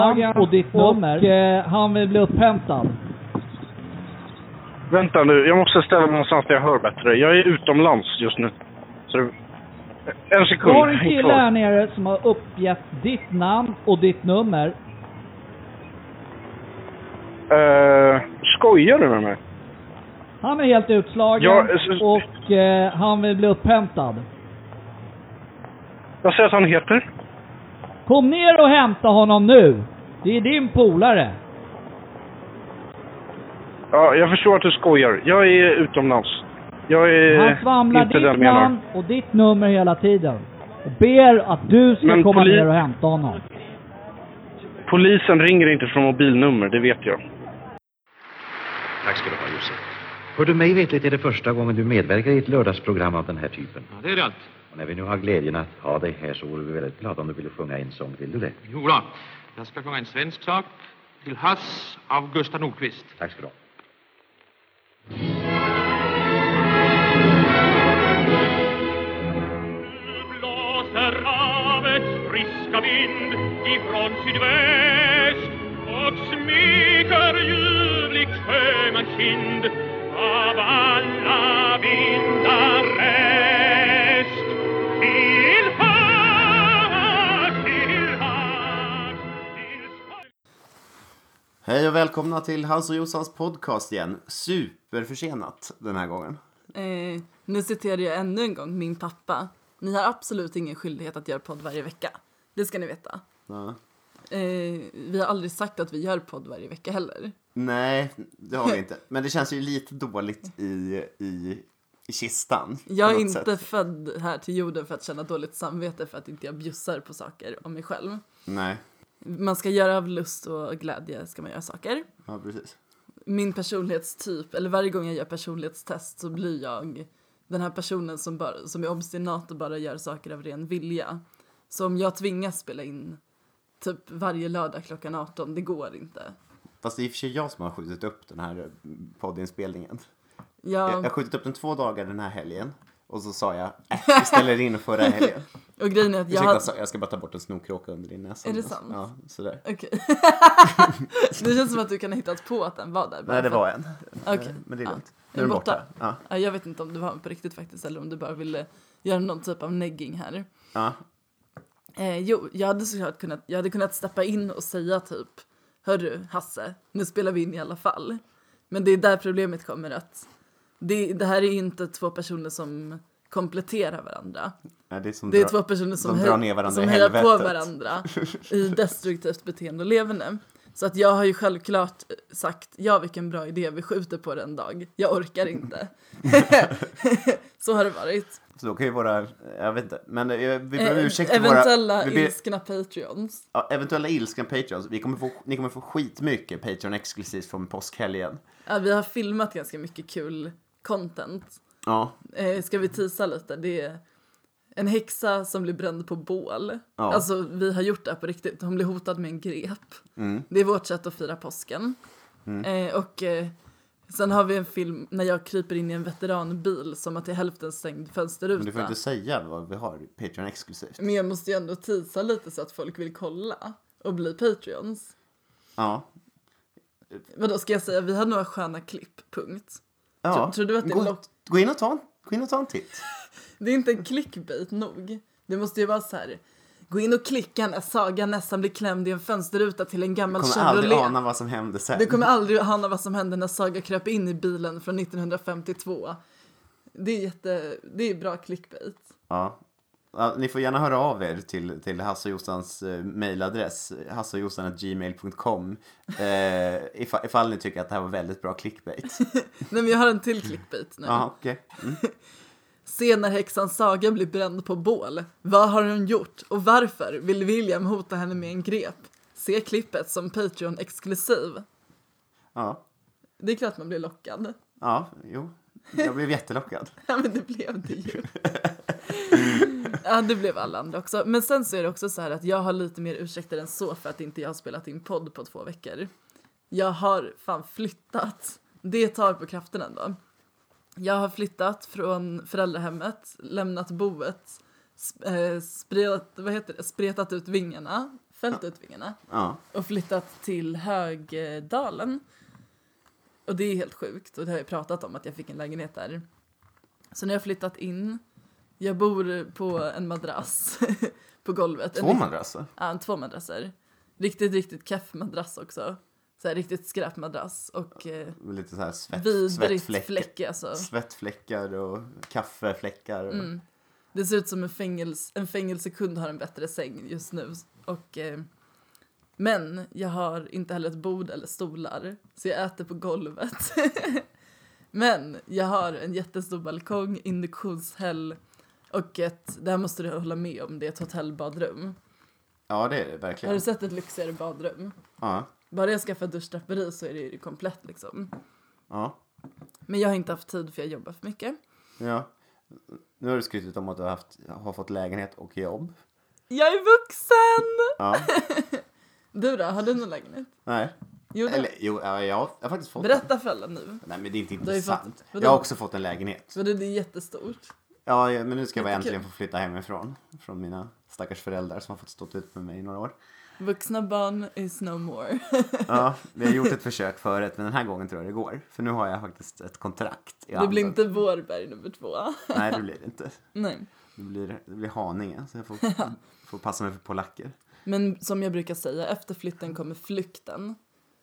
och ditt nummer. Och han vill bli upphämtad. Vänta nu, jag måste ställa mig någonstans där jag hör bättre. Jag är utomlands just nu. Så en sekund. Jag har en kille här nere som har uppgett ditt namn och ditt nummer. Skojar du med mig? Han är helt utslagen och han vill bli upphämtad. Vad säger att han heter? Kom ner och hämta honom nu. Det är din polare. Ja, jag förstår att du skojar. Jag är utomlands. Han svamlar ditt namn och ditt nummer hela tiden. Och ber att du ska komma ner och hämta honom. Polisen ringer inte från mobilnummer, det vet jag. Tack ska du ha, Josef. Hör du, mig vetligt är det första gången du medverkar i ett lördagsprogram av den här typen. Ja, det är det allt. Och när vi nu har glädjen att ha dig här så vore vi väldigt glada om du ville sjunga en sång. Vill du det? Jo då. Jag ska sjunga en svensk sak. Till havs av Gustav Nordqvist. Tack ska du ha. Blåser havets friska vind ifrån sydväst och smeker ljuvligt sjömans kind av alla vindar rest. Till havs, till havs, till havs. Hej och välkomna till Hans och Jossans podcast igen. Superförsenat den här gången. Nu citerar jag ännu en gång min pappa. Ni har absolut ingen skyldighet att göra podd varje vecka. Det ska ni veta. Ja. Vi har aldrig sagt att vi gör podd varje vecka heller. Nej, det har vi inte. Men det känns ju lite dåligt i kistan. Jag är inte född här till jorden för att känna dåligt samvete för att inte jag bjussar på saker om mig själv. Nej. Man ska göra av lust och glädje ska man göra saker. Ja, precis. Min personlighetstyp, eller varje gång jag gör personlighetstest så blir jag den här personen som är obstinat och bara gör saker av ren vilja. Så om jag tvingas spela in typ varje lördag klockan 18, det går inte. Fast det är i och för sig jag som har skjutit upp den här poddinspelningen. Jag har skjutit upp den 2 dagar den här helgen. Och så sa jag, vi ställer in förra helgen. Och grejen är att jag ska bara ta bort en snorkråka under din näsa. Är det sant? Ja, sådär. Okej. Det känns som att du kan ha hittat på att den var där. Nej, det var en. Okej. Men det är lugnt. Nu är den borta. Ja. Jag vet inte om du var på riktigt faktiskt. Eller om du bara ville göra någon typ av negging här. Ja. Jag hade såklart kunnat steppa in och säga typ, hörru Hasse, nu spelar vi in i alla fall. Men det är där problemet kommer, att det här är inte 2 personer som kompletterar varandra. Ja, det är 2 personer som drar ner varandra som hejar på varandra i destruktivt beteende och levande. Så att jag har ju självklart sagt, ja vilken bra idé, vi skjuter på den dag. Jag orkar inte. Så har det varit. Så då kan ju våra, jag vet inte, men vi behöver ursäkta eventuella ilskna Patreons. Ja, eventuella ilskna Patreons. Ni kommer få skitmycket Patreon exklusivt från påskhelgen. Ja, vi har filmat ganska mycket kul content. Ja. Ska vi tisa lite? Det är en häxa som blir bränd på bål. Ja. Alltså vi har gjort det på riktigt. Hon blir hotad med en grep. Det är vårt sätt att fira påsken. Sen har vi en film när jag kryper in i en veteranbil som att det är hälften stängd fönsterruta. Men du får inte säga vad vi har Patreon exklusivt. Men jag måste ju ändå tisa lite så att folk vill kolla och bli Patreons. Ja. Vadå ska jag säga? Vi har några sköna klipp, punkt. Ja. Tror du att det är gå in och ta en titt. Det är inte en clickbait nog. Det måste ju vara så här. Gå in och klicka när Saga nästan blir klämd i en fönsterruta till en gammal Chevrolet. Du kommer aldrig ana vad som hände sen. Du kommer aldrig ana vad som hände när Saga kröp in i bilen från 1952. Det är bra clickbait. Ja. Ja, ni får gärna höra av er till Hasse och Jossans mailadress hasseojossan@gmail.com ifall ni tycker att det här var väldigt bra clickbait. Nej, men jag har en till clickbait nu. Ja, okej. Se när häxan Saga blir bränd på bål. Vad har hon gjort? Och varför vill William hota henne med en grep? Se klippet som Patreon-exklusiv. Ja. Det är klart man blir lockad. Ja, jo. Jag blev jättelockad. Ja, men det blev det ju. Ja, det blev alla andra också. Men sen så är det också så här att jag har lite mer ursäkter än så för att inte jag har spelat in podd på 2 veckor. Jag har fan flyttat. Det tar på kraften ändå. Jag har flyttat från föräldrahemmet, lämnat boet, spretat ut vingarna, fällt ut vingarna. Ja. Och flyttat till Högdalen. Och det är helt sjukt. Och det har jag pratat om, att jag fick en lägenhet där. Så när jag har flyttat in, jag bor på en madrass på golvet. 2 madrasser? Ja, 2 madrasser. Riktigt keff madrass också. Så här riktigt skräpmadrass. Och lite så här svettfläckar. Alltså. Svettfläckar och kaffefläckar. Och... Det ser ut som en fängelsekund har en bättre säng just nu. Och, men jag har inte heller ett bord eller stolar. Så jag äter på golvet. Men jag har en jättestor balkong, induktionshäll. Och det här måste du hålla med om, det är ett hotellbadrum. Ja, det är det verkligen. Har du sett ett lyxigare badrum? Ja. Bara jag skaffar duschdraperi så är det ju komplett liksom. Ja. Men jag har inte haft tid för jag jobbar för mycket. Ja. Nu har du skrytit om att du har fått lägenhet och jobb. Jag är vuxen! Ja. Du då, har du någon lägenhet? Nej. Jo, jag har faktiskt fått berätta för alla nu. Nej, men det är inte intressant. Fått, jag har också fått en lägenhet. För det är jättestort. Ja, men nu ska jag äntligen få flytta hemifrån. Från mina stackars föräldrar som har fått stått ut med mig i några år. Vuxna barn is no more. Ja, vi har gjort ett försök förut, men den här gången tror jag det går. För nu har jag faktiskt ett kontrakt i handen. Det blir inte Vårberg nummer 2. Nej, det blir det inte. Nej. Det blir Haninge, så jag får passa mig för polacker. Men som jag brukar säga, efter flytten kommer flykten.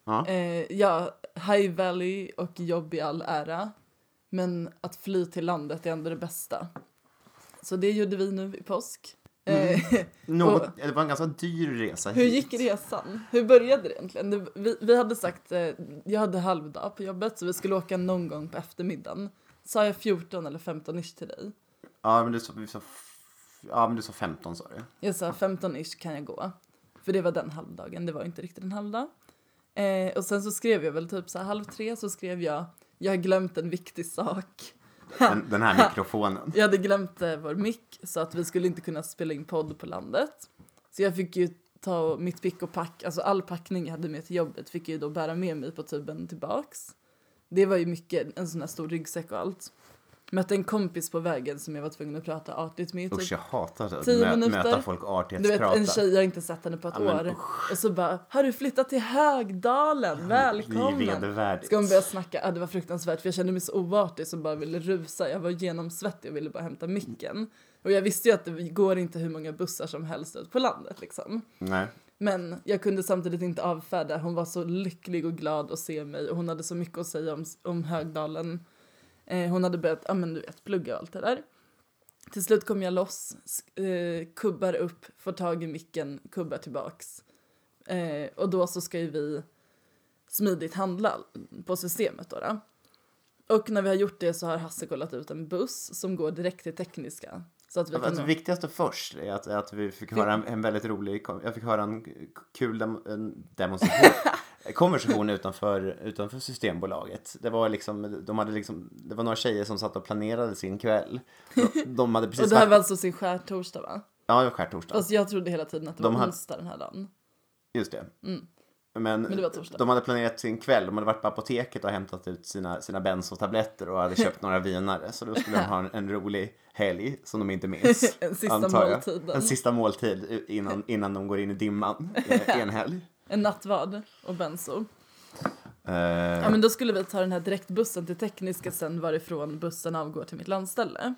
Ja. High Valley och jobb i all ära. Men att fly till landet är ändå det bästa. Så det gjorde vi nu i påsk. Det var en ganska dyr resa hit. Hur gick resan? Hur började det egentligen? Vi hade sagt, jag hade halvdag på jobbet så vi skulle åka någon gång på eftermiddagen. Sa jag 14 eller 15-ish till dig? Ja, men du sa 15 sa du. Jag sa 15-ish kan jag gå. För det var den halvdagen, det var inte riktigt en halvdag. Och sen så skrev jag väl typ så här 2:30 så skrev jag har glömt en viktig sak. Den här mikrofonen. Jag hade glömt vår mick så att vi skulle inte kunna spela in podd på landet. Så jag fick ju ta mitt pick och pack, alltså all packning jag hade med till jobbet fick jag ju då bära med mig på tuben tillbaks. Det var ju mycket, en sån här stor ryggsäck och allt. Mötte en kompis på vägen som jag var tvungen att prata artigt med. Usch, jag hatar det. 10 minuter. Möta folk artighetsprata. Du vet, en tjej, jag har inte sett henne på ett år. Och så bara, har du flyttat till Högdalen? Välkommen. Ska hon börja snacka? Det var fruktansvärt. För jag kände mig så oartig som bara ville rusa. Jag var genomsvettig och ville bara hämta micken. Och jag visste ju att det går inte hur många bussar som helst ut på landet liksom. Nej. Men jag kunde samtidigt inte avfärda. Hon var så lycklig och glad att se mig. Och hon hade så mycket att säga om Högdalen. Hon hade börjat, plugga och allt det där. Till slut kom jag loss, kubbar upp, får tag i micken, kubbar tillbaks. Och då så ska ju vi smidigt handla på systemet då. Och när vi har gjort det så har Hasse kollat ut en buss som går direkt till tekniska. Så att vi det viktigaste först är att vi fick höra en väldigt rolig, jag fick höra en kul demonstration. Konversation utanför Systembolaget. Det var liksom, det var några tjejer som satt och planerade sin kväll. De hade precis och det här var alltså sin skärtorsdag va? Ja, det var skärtorsdag. Fast jag trodde hela tiden att det var onsdag den här dagen. Just det. Men det var torsdag. De hade planerat sin kväll. De hade varit på apoteket och hämtat ut sina benzotabletter och hade köpt några vinare. Så då skulle de ha en rolig helg som de inte minns. En sista måltid. En sista måltid innan de går in i dimman i en helg. En nattvard och benzo. Ja, men då skulle vi ta den här direktbussen till tekniska sen varifrån bussen avgår till mitt landställe.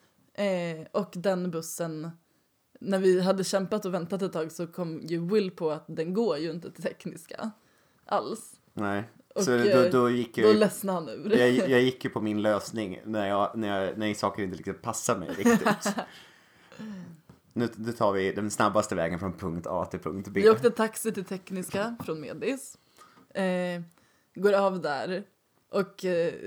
Och den bussen, när vi hade kämpat och väntat ett tag så kom ju Will på att den går ju inte till tekniska alls. Nej. Och så då ledsnade han ur. Jag gick ju på min lösning när saker inte riktigt passar mig riktigt. Nu tar vi den snabbaste vägen från punkt A till punkt B. Vi åkte taxi till tekniska från Medis. Går av där och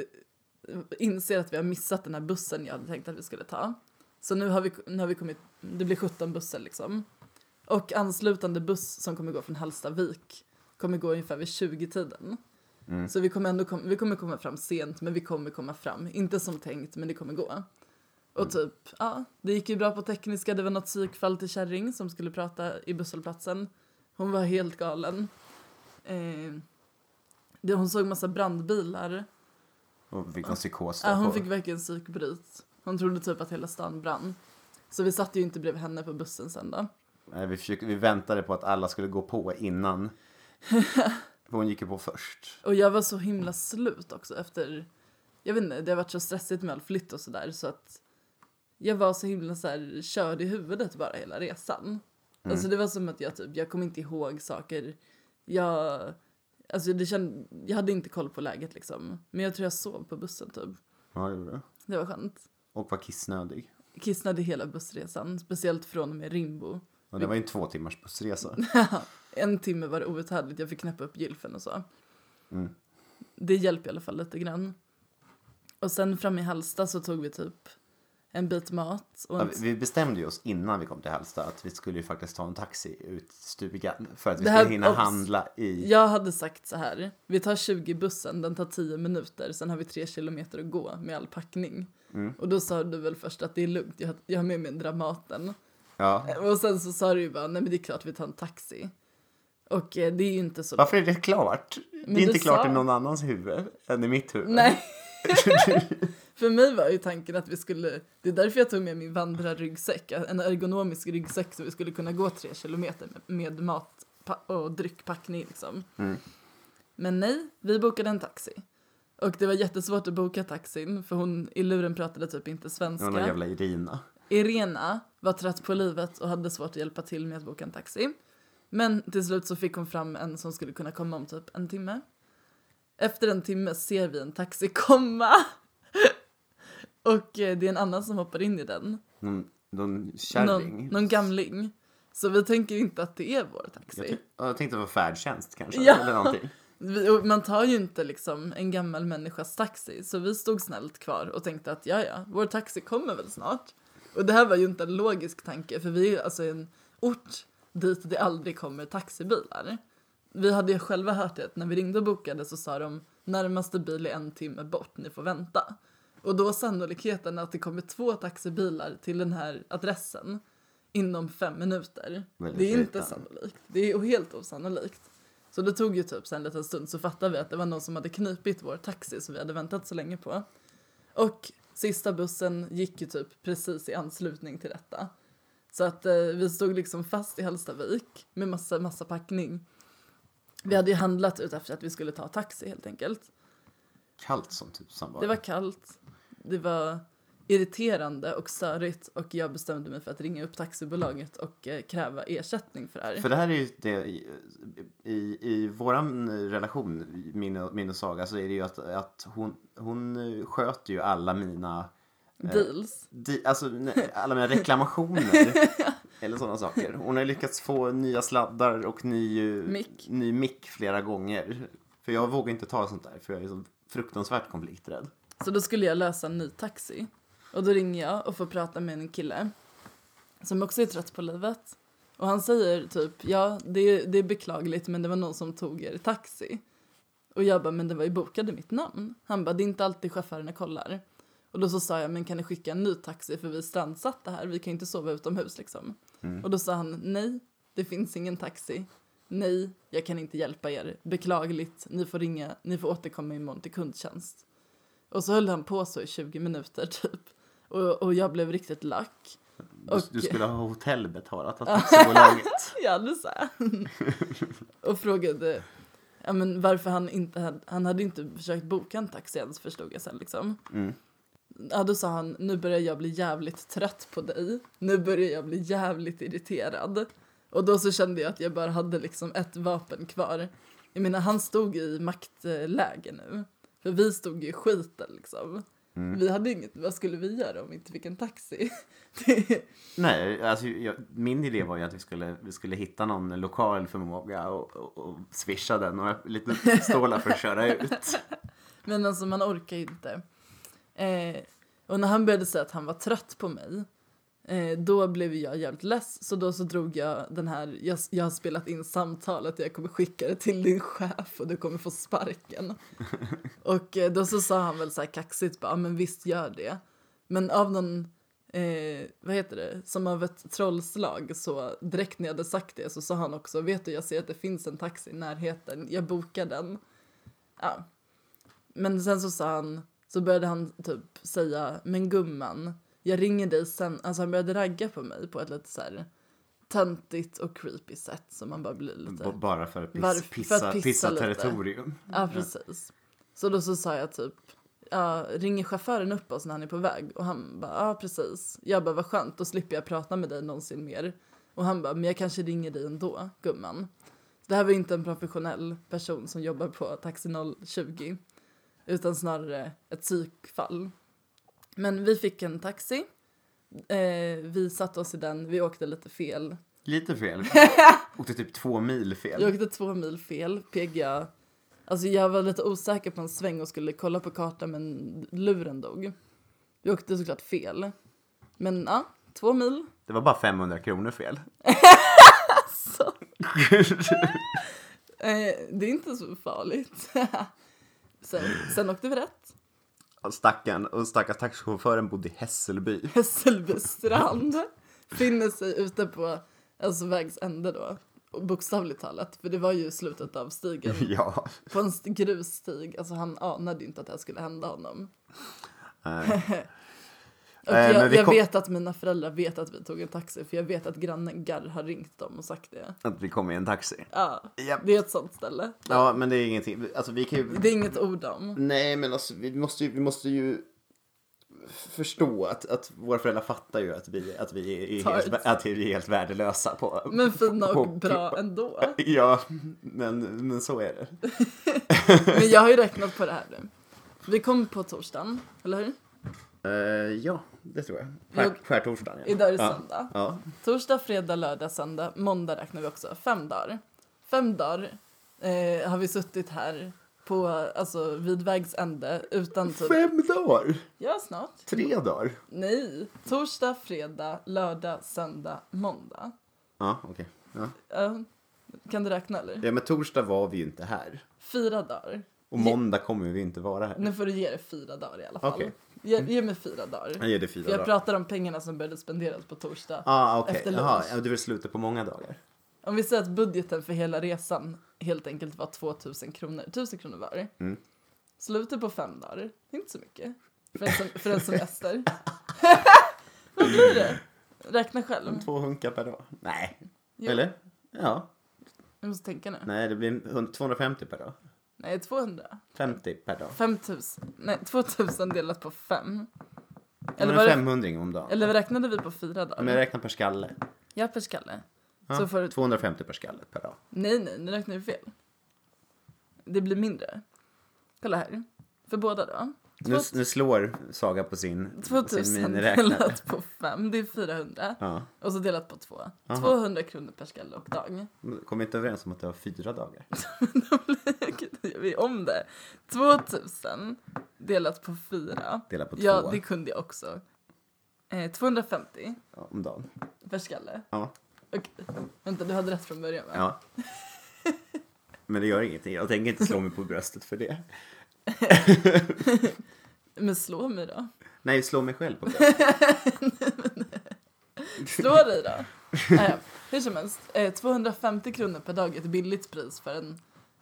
inser att vi har missat den här bussen jag hade tänkt att vi skulle ta. Så nu har vi kommit, det blir 17 bussar liksom. Och anslutande buss som kommer gå från Hallstavik kommer gå ungefär vid 20-tiden. Så vi kommer komma fram sent, men vi kommer komma fram. Inte som tänkt, men det kommer gå. Och typ, det gick ju bra på tekniska. Det var något psykfall till kärring som skulle prata i busshållplatsen. Hon var helt galen. Hon såg massa brandbilar. Och fick en psykos. Hon fick verkligen psykbryt. Hon trodde typ att hela stan brann. Så vi satt ju inte bredvid henne på bussen sen då. Nej, vi väntade på att alla skulle gå på innan. För hon gick ju på först. Och jag var så himla slut också efter... Jag vet inte, det har varit så stressigt med all flytt och sådär. Så att jag var så himla så här, körd i huvudet bara hela resan. Alltså det var som att jag kom inte ihåg saker. Jag hade inte koll på läget liksom. Men jag tror jag sov på bussen typ. Ja, det var det. Det var skönt. Och var kissnödig. Kissnade hela bussresan. Speciellt från och med Rimbo. Och det var ju en 2 timmars bussresa. 1 timme var det outhärdligt. Jag fick knäppa upp gylfen och så. Det hjälper i alla fall lite grann. Och sen fram i Hallsta så tog vi typ en bit mat. Och vi bestämde ju oss innan vi kom till Hallsta att vi skulle ju faktiskt ta en taxi ut stugan. För att vi skulle hinna handla i... Jag hade sagt så här. Vi tar 20 bussen, den tar 10 minuter. Sen har vi 3 kilometer att gå med all packning. Och då sa du väl först att det är lugnt. Jag har med mig en Dramaten. Ja. Och sen så sa du ju bara, nej men det är klart vi tar en taxi. Och det är ju inte så... Varför är det klart? Men det är inte klart i någon annans huvud än i mitt huvud. Nej. För mig var ju tanken att vi skulle... Det är därför jag tog med min vandrarryggsäck. En ergonomisk ryggsäck så vi skulle kunna gå 3 kilometer med mat och dryckpackning liksom. Men nej, vi bokade en taxi. Och det var jättesvårt att boka taxin. För hon i luren pratade typ inte svenska. Hon var jävla Irina. Irena var trött på livet och hade svårt att hjälpa till med att boka en taxi. Men till slut så fick hon fram en som skulle kunna komma om typ 1 timme. Efter 1 timme ser vi en taxi komma. Och det är en annan som hoppar in i den. Någon kärring. Någon gamling. Så vi tänker inte att det är vår taxi. Jag tänkte det var färdtjänst kanske. Ja. Eller någonting. Man tar ju inte liksom en gammal människas taxi. Så vi stod snällt kvar och tänkte att ja, vår taxi kommer väl snart. Och det här var ju inte en logisk tanke. För vi är alltså en ort dit det aldrig kommer taxibilar. Vi hade ju själva hört det. När vi ringde och bokade så sa de närmaste bil är 1 timme bort. Ni får vänta. Och då sannolikheten att det kommer 2 taxibilar till den här adressen inom 5 minuter. Det är inte sannolikt. Det är helt osannolikt. Så det tog ju typ sen en liten stund så fattade vi att det var någon som hade knipit vår taxi som vi hade väntat så länge på. Och sista bussen gick ju typ precis i anslutning till detta. Så att vi stod liksom fast i Hallstavik med massa packning. Vi hade ju handlat ut efter att vi skulle ta taxi helt enkelt. Kallt som typ samma. Det var kallt. Det var irriterande och störigt och jag bestämde mig för att ringa upp taxibolaget och kräva ersättning för det här. För det här är ju det i våran relation, min och Saga, så är det ju att hon sköter ju alla mina deals. Alltså alla mina reklamationer eller sådana saker. Hon har lyckats få nya sladdar och ny mick flera gånger. För jag vågar inte ta sånt där för jag är så fruktansvärt konflikträdd. Så då skulle jag lösa en ny taxi. Och då ringer jag och får prata med en kille som också är trött på livet. Och han säger typ, ja det är beklagligt men det var någon som tog er taxi. Och jag bara, men det var ju bokade mitt namn. Han bara, det är inte alltid chaufförerna kollar. Och då så sa jag, men kan ni skicka en ny taxi för vi är strandsatta här. Vi kan inte sova utomhus liksom. Och då sa han, nej det finns ingen taxi. Nej, jag kan inte hjälpa er. Beklagligt, ni får återkomma imorgon till kundtjänst. Och så höll han på så i 20 minuter typ. Och jag blev riktigt lack. Du skulle ha hotellbetalat av taxibolaget. Ja, det sa jag. Och frågade varför han hade inte försökt boka en taxi ens, förstod jag sen liksom. Ja, då sa han, nu börjar jag bli jävligt trött på dig. Nu börjar jag bli jävligt irriterad. Och då så kände jag att jag bara hade liksom ett vapen kvar. Jag menar, han stod i maktläge nu. För vi stod i skiten liksom. Vi hade inget, vad skulle vi göra om vi inte fick en taxi? Nej, alltså min idé var ju att vi skulle hitta någon lokal förmåga och swisha den och lite stålar för att köra ut. Men alltså man orkar ju inte. Och när han började säga att han var trött på mig, då blev jag jävligt less. Så då så drog jag den här, jag har spelat in samtalet, jag kommer skicka det till din chef och du kommer få sparken. Och då så sa han väl så här kaxigt, bara, men visst gör det. Men av någon, som av ett trollslag, så direkt när jag hade sagt det så sa han också, vet du, jag ser att det finns en taxi i närheten, jag bokar den. Ja. Men sen så började han typ säga, men gumman, jag ringer dig sen. Alltså han började ragga på mig på ett lite så här töntigt och creepy sätt som man bara blir lite... Bara för att pissa territorium. Ja, precis. Så då så sa jag typ, ringer chauffören upp oss när han är på väg? Och han bara, ja precis. Jag bara, vad skönt, då slipper jag prata med dig någonsin mer. Och han bara, men jag kanske ringer dig ändå, gumman. Det här var inte en professionell person som jobbar på Taxi 020. Utan snarare ett psykfall. Men vi fick en taxi. Vi satte oss i den, vi åkte lite fel. Lite fel? Åkte typ 2 mil fel. Jag åkte 2 mil fel, PGA. Alltså jag var lite osäker på en sväng och skulle kolla på kartan, men luren dog. Vi åkte såklart fel. Men ja, 2 mil. Det var bara 500 kronor fel. Alltså. Det är inte så farligt. Sen åkte vi rätt. Och stackars taxichauffören bodde i Hässelby. Hässelby strand. Finner sig ute på vägs ände då. Bokstavligt talat. För det var ju slutet av stigen. Ja. På en grusstig. Alltså han anade ju inte att det här skulle hända honom. Och jag vet att mina föräldrar vet att vi tog en taxi. För jag vet att grannen Garr har ringt dem och sagt det. Att vi kom i en taxi? Ja, yep. Det är ett sånt ställe. Ja, men det är ingenting. Alltså, vi kan ju... Det är inget ord om. Nej, men alltså, vi måste ju förstå att våra föräldrar fattar ju att vi är helt värdelösa på... Men fina och bra ändå. Ja, men så är det. Men jag har ju räknat på det här nu. Vi kom på torsdagen, eller hur? Ja, det tror jag. Skärtorsdagen. Ja. Idag är det söndag. Ja. Torsdag, fredag, lördag, söndag. Måndag räknar vi också. 5 dagar. 5 dagar har vi suttit här på, vid vägs ände utan typ... 5 dagar? Ja, snart. 3 dagar? Nej. Torsdag, fredag, lördag, söndag, måndag. Ja, okej. Ja. Kan du räkna eller? Ja, men torsdag var vi ju inte här. 4 dagar. Och måndag kommer vi inte vara här. Nu får du ge det 4 dagar i alla fall. Okej. Ge mig 4 dagar. Jag ger det 4 dagar. Jag pratar om pengarna som började spenderas på torsdag. Okej. Efter lunch. Jaha, du vill sluta på många dagar. Om vi säger att budgeten för hela resan helt enkelt var 2000 kronor. 1000 kronor var. Mm. Slutet på 5 dagar. Det är inte så mycket. För en semester. Vad blir det? Räkna själv. 2 hunkar per dag. Nej. Jo. Eller? Ja. Jag måste tänka nu. Nej, det blir 250 per dag. Nej, 200. 50 per dag. 5000. Nej, 2000 delat på 5. Eller var det 500 om dagen? Eller räknade vi på 4 dagar? Men jag räknar per skalle. Ja, per skalle. Ja, så får 250 per skalle per dag. Nej, nu räknar vi fel. Det blir mindre. Kolla här. För båda då. Nu slår Saga på sin 2000 delat på 5, det är 400. Ja. Och så delat på 2. Aha. 200 kronor per skalle och dag. Kom inte överens om att det var 4 dagar? Då gör vi om det. 2000 delat på 4. Delat på 2. Ja, det kunde jag också. 250 om dagen. per skalle. Ja. Okej. Vänta, du hade rätt från början, va? Ja. Men det gör ingenting. Jag tänker inte slå mig på bröstet för det. Men slå mig då. Nej, slå mig själv på bröstet. Slå dig då. Hur som helst. 250 kronor per dag är ett billigt pris för en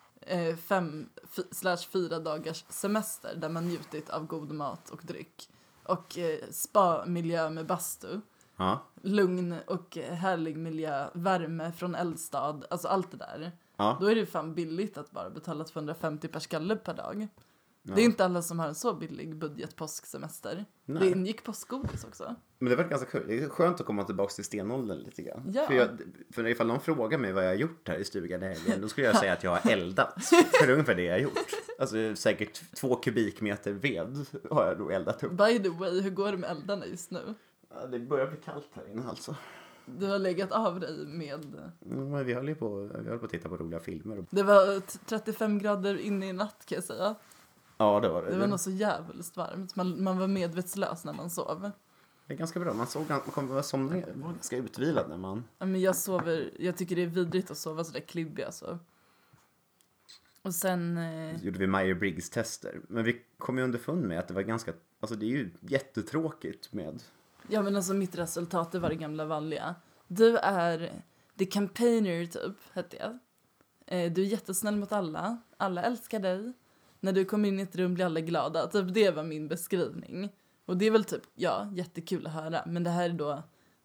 5/4 dagars semester där man njutit av god mat och dryck. Och spa-miljö med bastu. Ja. Lugn och härlig miljö. Värme från eldstad. Alltså allt det där. Ja. Då är det fan billigt att bara betala 250 per skalle per dag. Ja. Det är inte alla som har en så billig budget påsksemester. Nej. Det ingick påskgodis också. Men det var ganska kul. Det är skönt att komma tillbaka till stenåldern lite grann. Ja. För ifall någon frågar mig vad jag har gjort här i stugan i helgen, då skulle jag säga att jag har eldat. För det är ungefär det jag har gjort. Alltså säkert 2 kubikmeter ved har jag då eldat upp. By the way, hur går det med eldarna just nu? Ja, det börjar bli kallt här inne alltså. Du har legat av dig med... Men vi håller på att titta på roliga filmer. Det var 35 grader inne i natt kan jag säga. Ja, det var det. Det var nog så jävligt varmt. Man var medvetslös när man sov. Det är ganska bra. Man var ganska utvilad när man... Ja, men jag tycker det är vidrigt att sova så där klibbig alltså. Och sen... gjorde vi Myers-Briggs-tester. Men vi kom ju underfund med att det var ganska... Alltså det är ju jättetråkigt med... Ja, men alltså mitt resultat, det var det gamla vanliga. Du är the campaigner typ, hette jag. Du är jättesnäll mot alla. Alla älskar dig. När du kommer in i ett rum blir alla glada. Typ det var min beskrivning. Och det är väl typ, ja, jättekul att höra. Men det här är då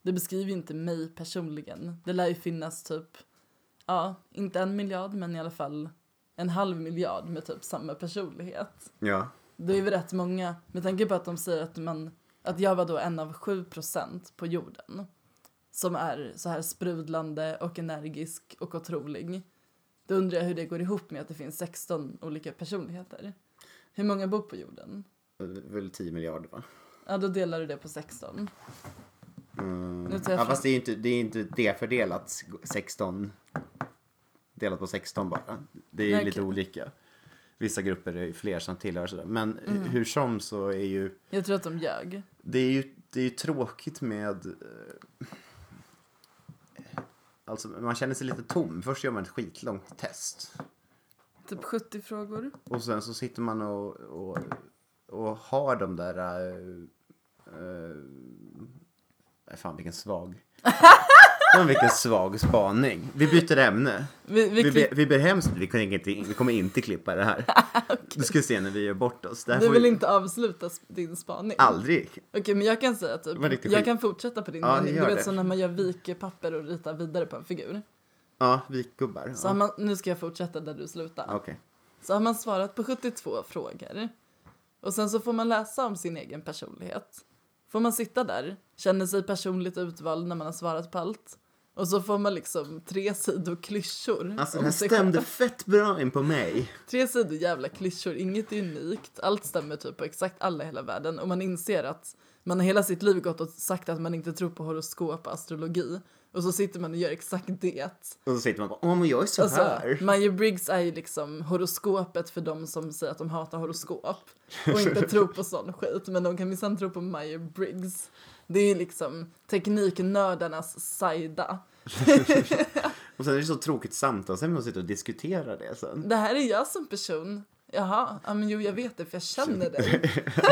Det beskriver inte mig personligen. Det lär ju finnas typ, inte 1 miljard, men i alla fall 1,5 miljard med typ samma personlighet. Ja. Det är väl rätt många, med tanke på att de säger att jag var då en av 7% på jorden som är så här sprudlande och energisk och otrolig. Då undrar jag hur det går ihop med att det finns 16 olika personligheter. Hur många bor på jorden? Väl 10 miljarder, va? Ja, då delar du det på 16. Fast det är inte det fördelat 16 delat på 16 bara. Det är lite olika. Vissa grupper är fler som tillhör sådär. Men hur som så är ju... Jag tror att de ljög. Det är ju tråkigt med... Alltså man känner sig lite tom. Först gör man ett skitlångt test. Typ 70 frågor. Och sen så sitter man och har de där... fan vilken svag... vilken svag spaning. Vi byter ämne. Vi ber hemskt. Vi kommer inte klippa det här. Okay. Du ska se när vi gör bort oss. Du vill inte avsluta din spaning? Aldrig. Okej, men jag kan säga typ, jag kan fortsätta på din mening. Du vet så när man gör vikepapper och ritar vidare på en figur. Ja, vikgubbar. Så nu ska jag fortsätta där du slutar. Okay. Så har man svarat på 72 frågor. Och sen så får man läsa om sin egen personlighet. Får man sitta där, känner sig personligt utvald när man har svarat på allt. Och så får man liksom 3 sidor klyschor. Alltså det här stämde fett bra in på mig. 3 sidor jävla klyschor, inget är unikt. Allt stämmer typ på exakt alla i hela världen. Och man inser att man har hela sitt liv gått och sagt att man inte tror på horoskop och astrologi. Och så sitter man och gör exakt det. Och så sitter man bara, men jag är så här. Myers-Briggs är ju liksom horoskopet för de som säger att de hatar horoskop. Och inte tror på sån skit. Men de kan minsann tro på Myers-Briggs. Det är ju liksom tekniknördarnas sajda. Och sen är det så tråkigt samtal. Sen måste vi sitta och diskutera det sen. Det här är jag som person. Jaha, men jo jag vet det för jag känner dig.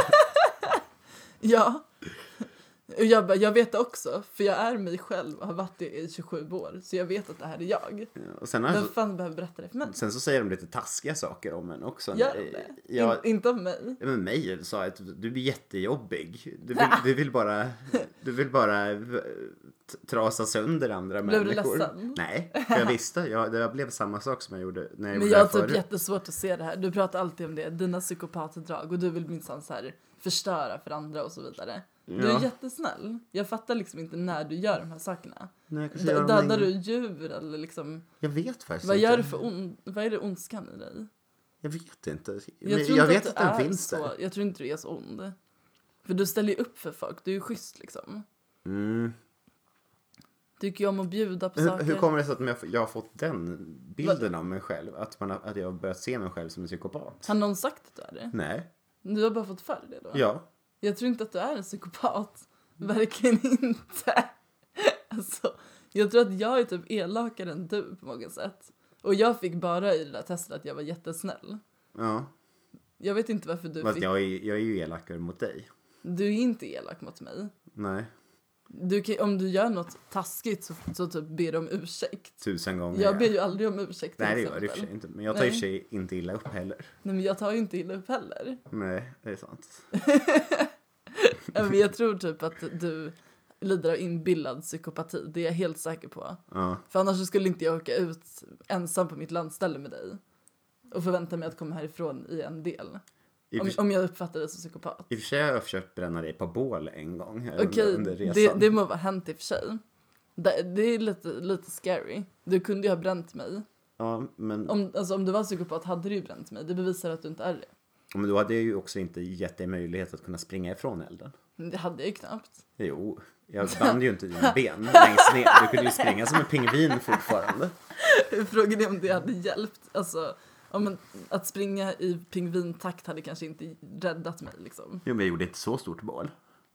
Ja. Och jag vet det också, för jag är mig själv och har varit det i 27 år. Så jag vet att det här är jag. Ja, och sen vem fan behöver berätta det för mig? Sen så säger de lite taskiga saker om en också. Gör det? Inte om mig? Men mig sa att du blir jättejobbig. Du vill bara trasa sönder andra människor. Blev du ledsen? Nej, för jag visste. Det blev samma sak som jag gjorde när jag Men jag har typ jättesvårt att se det här. Du pratar alltid om det. Dina psykopatdrag. Och du vill minsann så här förstöra för andra och så vidare. Du är jättesnäll. Jag fattar liksom inte när du gör de här sakerna. Dödar du djur eller liksom... Jag vet faktiskt vad gör du för vad är det ondskan i dig? Jag vet inte. Jag vet att den finns så, där. Jag tror inte du är så ond. För du ställer ju upp för folk. Du är ju schysst liksom. Tycker jag om att bjuda på saker. Hur kommer det sig att jag har fått den bilden av mig själv? Att jag har börjat se mig själv som en psykopat? Har någon sagt att du är det? Nej. Du har bara fått för det då? Ja. Jag tror inte att du är en psykopat. Verkligen inte. Alltså, jag tror att jag är typ elakare än du på många sätt. Och jag fick bara i det där testet att jag var jättesnäll. Ja. Jag vet inte varför du fick... Jag är ju elakare mot dig. Du är inte elak mot mig. Nej. Om du gör något taskigt så typ ber du om ursäkt. 1000 gånger. Jag ber ju aldrig om ursäkt. Nej, det gör det i och för sig inte. Men jag tar ju sig inte illa upp heller. Nej, men jag tar ju inte illa upp heller. Nej, det är sant. Men jag tror typ att du lider av inbillad psykopati. Det är jag helt säker på. Ja. För annars skulle inte jag åka ut ensam på mitt landställe med dig. Och förvänta mig att komma härifrån i en del. Om jag uppfattar det som psykopat. I och för sig har jag försökt bränna dig på bål en gång. Okej, under resan. Det må vara hänt i och för sig. Det är lite scary. Du kunde ju ha bränt mig. Ja, men... Om du var psykopat hade du ju bränt mig. Det bevisar att du inte är det. Men då hade jag ju också inte gett dig möjlighet att kunna springa ifrån elden. Det hade jag ju knappt. Jo, jag band ju inte dina ben längst ner. Du kunde ju springa som en pingvin fortfarande. Frågan är om det hade hjälpt. Alltså, att springa i pingvintakt hade kanske inte räddat mig liksom. Jo, men jag gjorde inte så stort bål.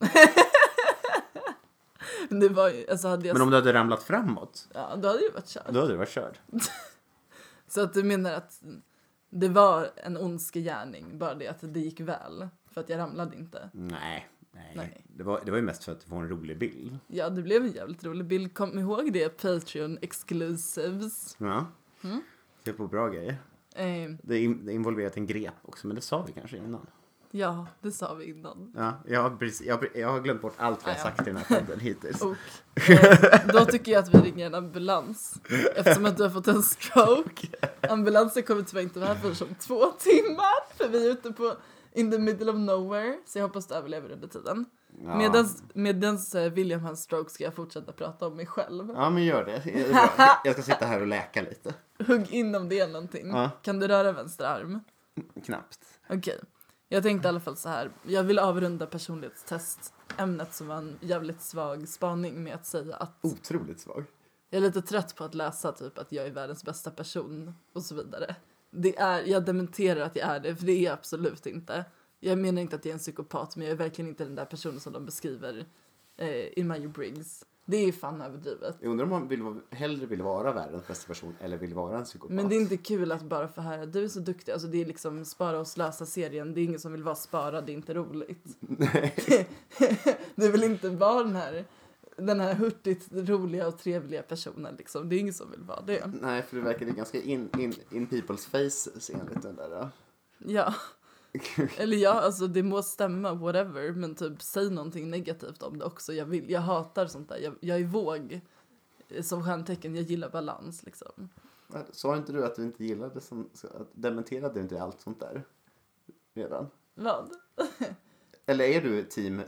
Det var ju, alltså Men om du hade ramlat framåt? Ja, då hade du varit körd. Då hade du varit körd. Så att du menar att det var en ondskegärning, bara det att det gick väl. För att jag ramlade inte. Nej. Det var ju mest för att få en rolig bild. Ja, det blev en jävligt rolig bild. Kom ihåg det, Patreon exclusives. Ja, det var bra grejer. Det involverat en grep också, men det sa vi kanske innan. Ja, det sa vi innan. Ja, jag har glömt bort allt vi har sagt i den här podden hittills. Och, då tycker jag att vi ringer en ambulans. Eftersom att du har fått en stroke. Ambulansen kommer tyvärr inte vara här för 2 timmar. För vi är ute på in the middle of nowhere. Så jag hoppas du överlever under tiden. Ja. Medans William har en stroke ska jag fortsätta prata om mig själv. Ja, men gör det. Jag ska sitta här och läka lite. Hugg in om det är någonting. Ja. Kan du röra vänster arm? Knappt. Okej. Jag tänkte i alla fall så här. Jag vill avrunda personlighetstestämnet som var en jävligt svag spaning med att säga att... Otroligt svag. Jag är lite trött på att läsa typ att jag är världens bästa person och så vidare. Jag dementerar att jag är det, för det är jag absolut inte. Jag menar inte att jag är en psykopat, men jag är verkligen inte den där personen som de beskriver i Myers-Briggs. Det är fan överdrivet. Jag undrar om man hellre vill vara världens bästa person eller vill vara en psykopat. Men det är inte kul att bara för här, du är så duktig. Alltså det är liksom spara och slösa serien. Det är ingen som vill vara spara, det är inte roligt. Nej. Det vill inte vara den här hurtigt roliga och trevliga personen liksom. Det är ingen som vill vara det. Nej, för det verkar ganska in people's faces enligt den där. Ja. Eller ja, alltså det må stämma, whatever. Men typ, säg någonting negativt om det också. Jag hatar sånt där. Jag är våg som stjärntecken. Jag gillar balans liksom. Sa inte du att du inte gillade dementerade du inte allt sånt där redan? Vad? Eller är du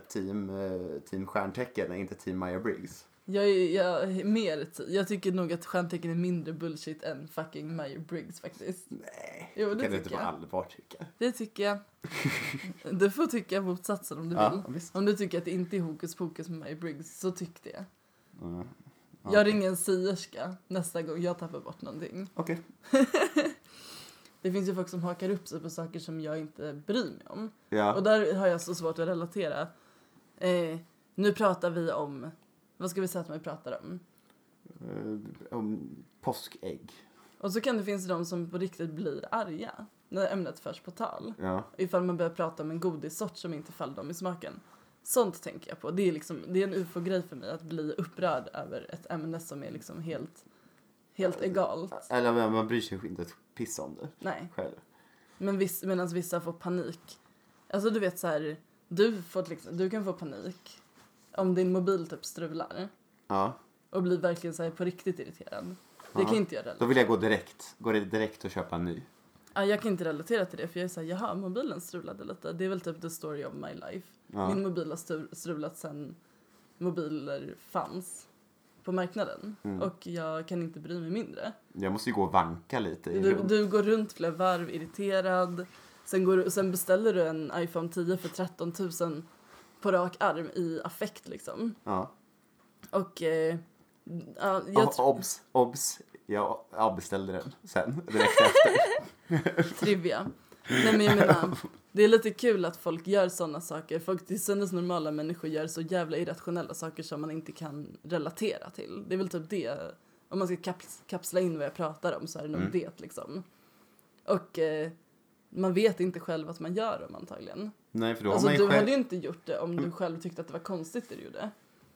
team stjärntecken, inte team Myers-Briggs? Jag är mer jag tycker nog att stjärntecken är mindre bullshit än fucking Myers-Briggs faktiskt. Nej, jo, det kan tycker du inte på allvar tycka. Det tycker jag. Du får tycka motsatsen om du vill. Visst. Om du tycker att det inte är hokus pokus med Myers-Briggs, så tyck det. Ja. Jag ringer en sierska nästa gång jag tappar bort någonting. Okej. Det finns ju folk som hakar upp sig på saker som jag inte bryr mig om. Ja. Och där har jag så svårt att relatera. Nu pratar vi om... Vad ska vi säga att man pratar om? Om påskägg. Och så kan det finnas de som på riktigt blir arga när ämnet förs på tal. Ja. Ifall man börjar prata om en godissort som inte faller dem i smaken. Sånt tänker jag på. Det är en ufo-grej för mig att bli upprörd över ett ämne som är liksom helt egalt. Eller man bryr sig inte ett piss om det. Nej. Själv. Men medan vissa får panik. Alltså du vet så här, du kan få panik om din mobil typ strular. Ja. Och blir verkligen så här på riktigt irriterad. Det kan inte jag relatera. Då vill jag gå direkt och köpa en ny. Ja, jag kan inte relatera till det, för jag är så här, jaha, mobilen strulade lite. Det är väl typ the story of my life. Ja. Min mobil har strulat sen mobiler fanns på marknaden. Och jag kan inte bry mig mindre. Jag måste ju gå och vanka lite. Du går runt flera varv irriterad. Sen beställer du en iPhone 10 för 13 000 på rak arm i affekt liksom. Ja. Och obs. Jag beställde den sen direkt efter. Trivia. Nej, men jag menar, det är lite kul att folk gör sådana saker. Folk till synes normala människor gör så jävla irrationella saker som man inte kan relatera till. Det är väl typ det. Om man ska kapsla in vad jag pratar om så är det nog det liksom. Och man vet inte själv att man gör dem antagligen. Nej, för då alltså, har man du hade ju inte gjort det om du själv tyckte att det var konstigt det du gjorde.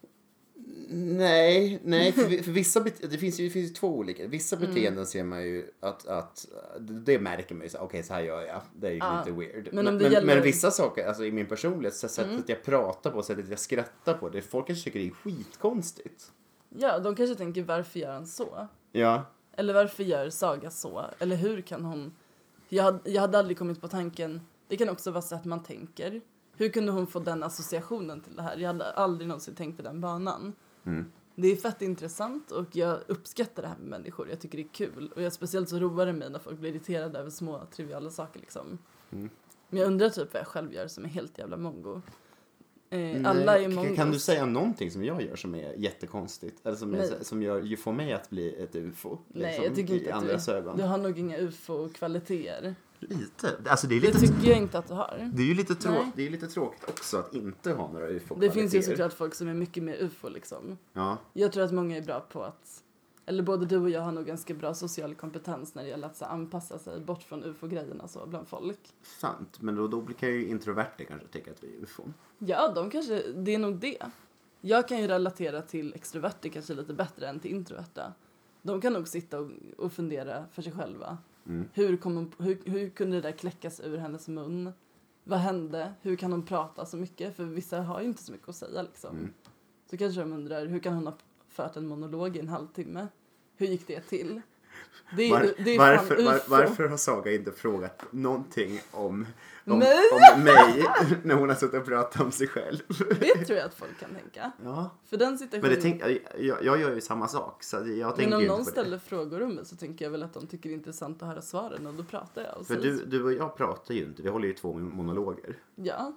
Nej, för vissa det finns ju två olika. Vissa beteenden ser man ju att det märker man ju så okej, så här gör jag. Det är ju lite weird. Men vissa saker, alltså i min personlighet, så sättet jag pratar på, sättet jag skrattar på, det folk kanske tycker det är skitkonstigt. Ja, de kanske tänker, varför gör han så? Ja. Eller varför gör Saga så? Eller hur kan hon... Jag hade aldrig kommit på tanken. Det kan också vara så att man tänker. Hur kunde hon få den associationen till det här? Jag hade aldrig någonsin tänkt i den banan. Det är fett intressant och jag uppskattar det här med människor. Jag tycker det är kul. Och speciellt så roar det mig när folk blir irriterade över små triviala saker liksom. Men jag undrar typ vad jag själv gör som är helt jävla mongo. Alla är mongos. Kan du säga någonting som jag gör som är jättekonstigt? Eller som får mig att bli ett ufo? Nej, liksom, jag tycker inte att du har nog inga ufo-kvaliteter. Lite. Alltså det tycker jag inte att du har. Det är ju lite tråkigt också att inte ha några ufo-kvaliteter. Det finns ju såklart folk som är mycket mer ufo liksom. Ja. Jag tror att många är bra på att... Eller både du och jag har nog ganska bra social kompetens när det gäller att så anpassa sig bort från ufo-grejerna så bland folk. Sant, men då kan ju introverter kanske tycka att vi är ufo. Ja, det är nog det. Jag kan ju relatera till extroverter kanske lite bättre än till introverta. De kan nog sitta och fundera för sig själva. Hur kunde det där kläckas ur hennes mun? vad hände? Hur kan hon prata så mycket? För vissa har ju inte så mycket att säga liksom. Så kanske de undrar, hur kan hon ha fört en monolog i en halvtimme? Hur gick det till? Varför har Saga inte frågat någonting om mig när hon har suttit och pratat om sig själv? Det tror jag att folk kan tänka. Ja. För den situationen... Men jag gör ju samma sak. Så jag tänker men om ju någon inte på ställer det. frågor om mig så tänker jag väl att de tycker det är intressant att höra svaren. Och då pratar jag. För du och jag pratar ju inte. Vi håller ju 2 monologer. Ja.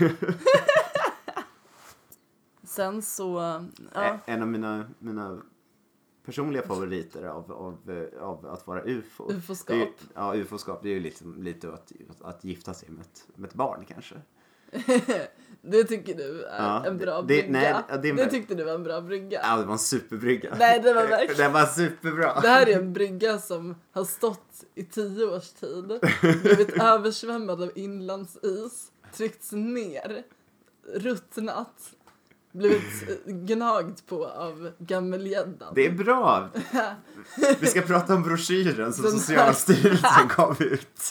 Sen så... Ja. En av mina personliga favoriter av att vara UFO. UFO-skap. UFO-skap. Det är ju lite att gifta sig med ett barn kanske. Det tycker du är en bra brygga. Det tyckte du var en bra brygga. Ja, det var en superbrygga. Nej, det var verkligen... Det var superbra. Det här är en brygga som har stått i 10 års tid. Blivit översvämmad av inlandsis. Tryckts ner. Ruttnat. Blivit gnagd på av gammelgäddan. Det är bra. Vi ska prata om broschyren som Socialstyrelsen gav ut.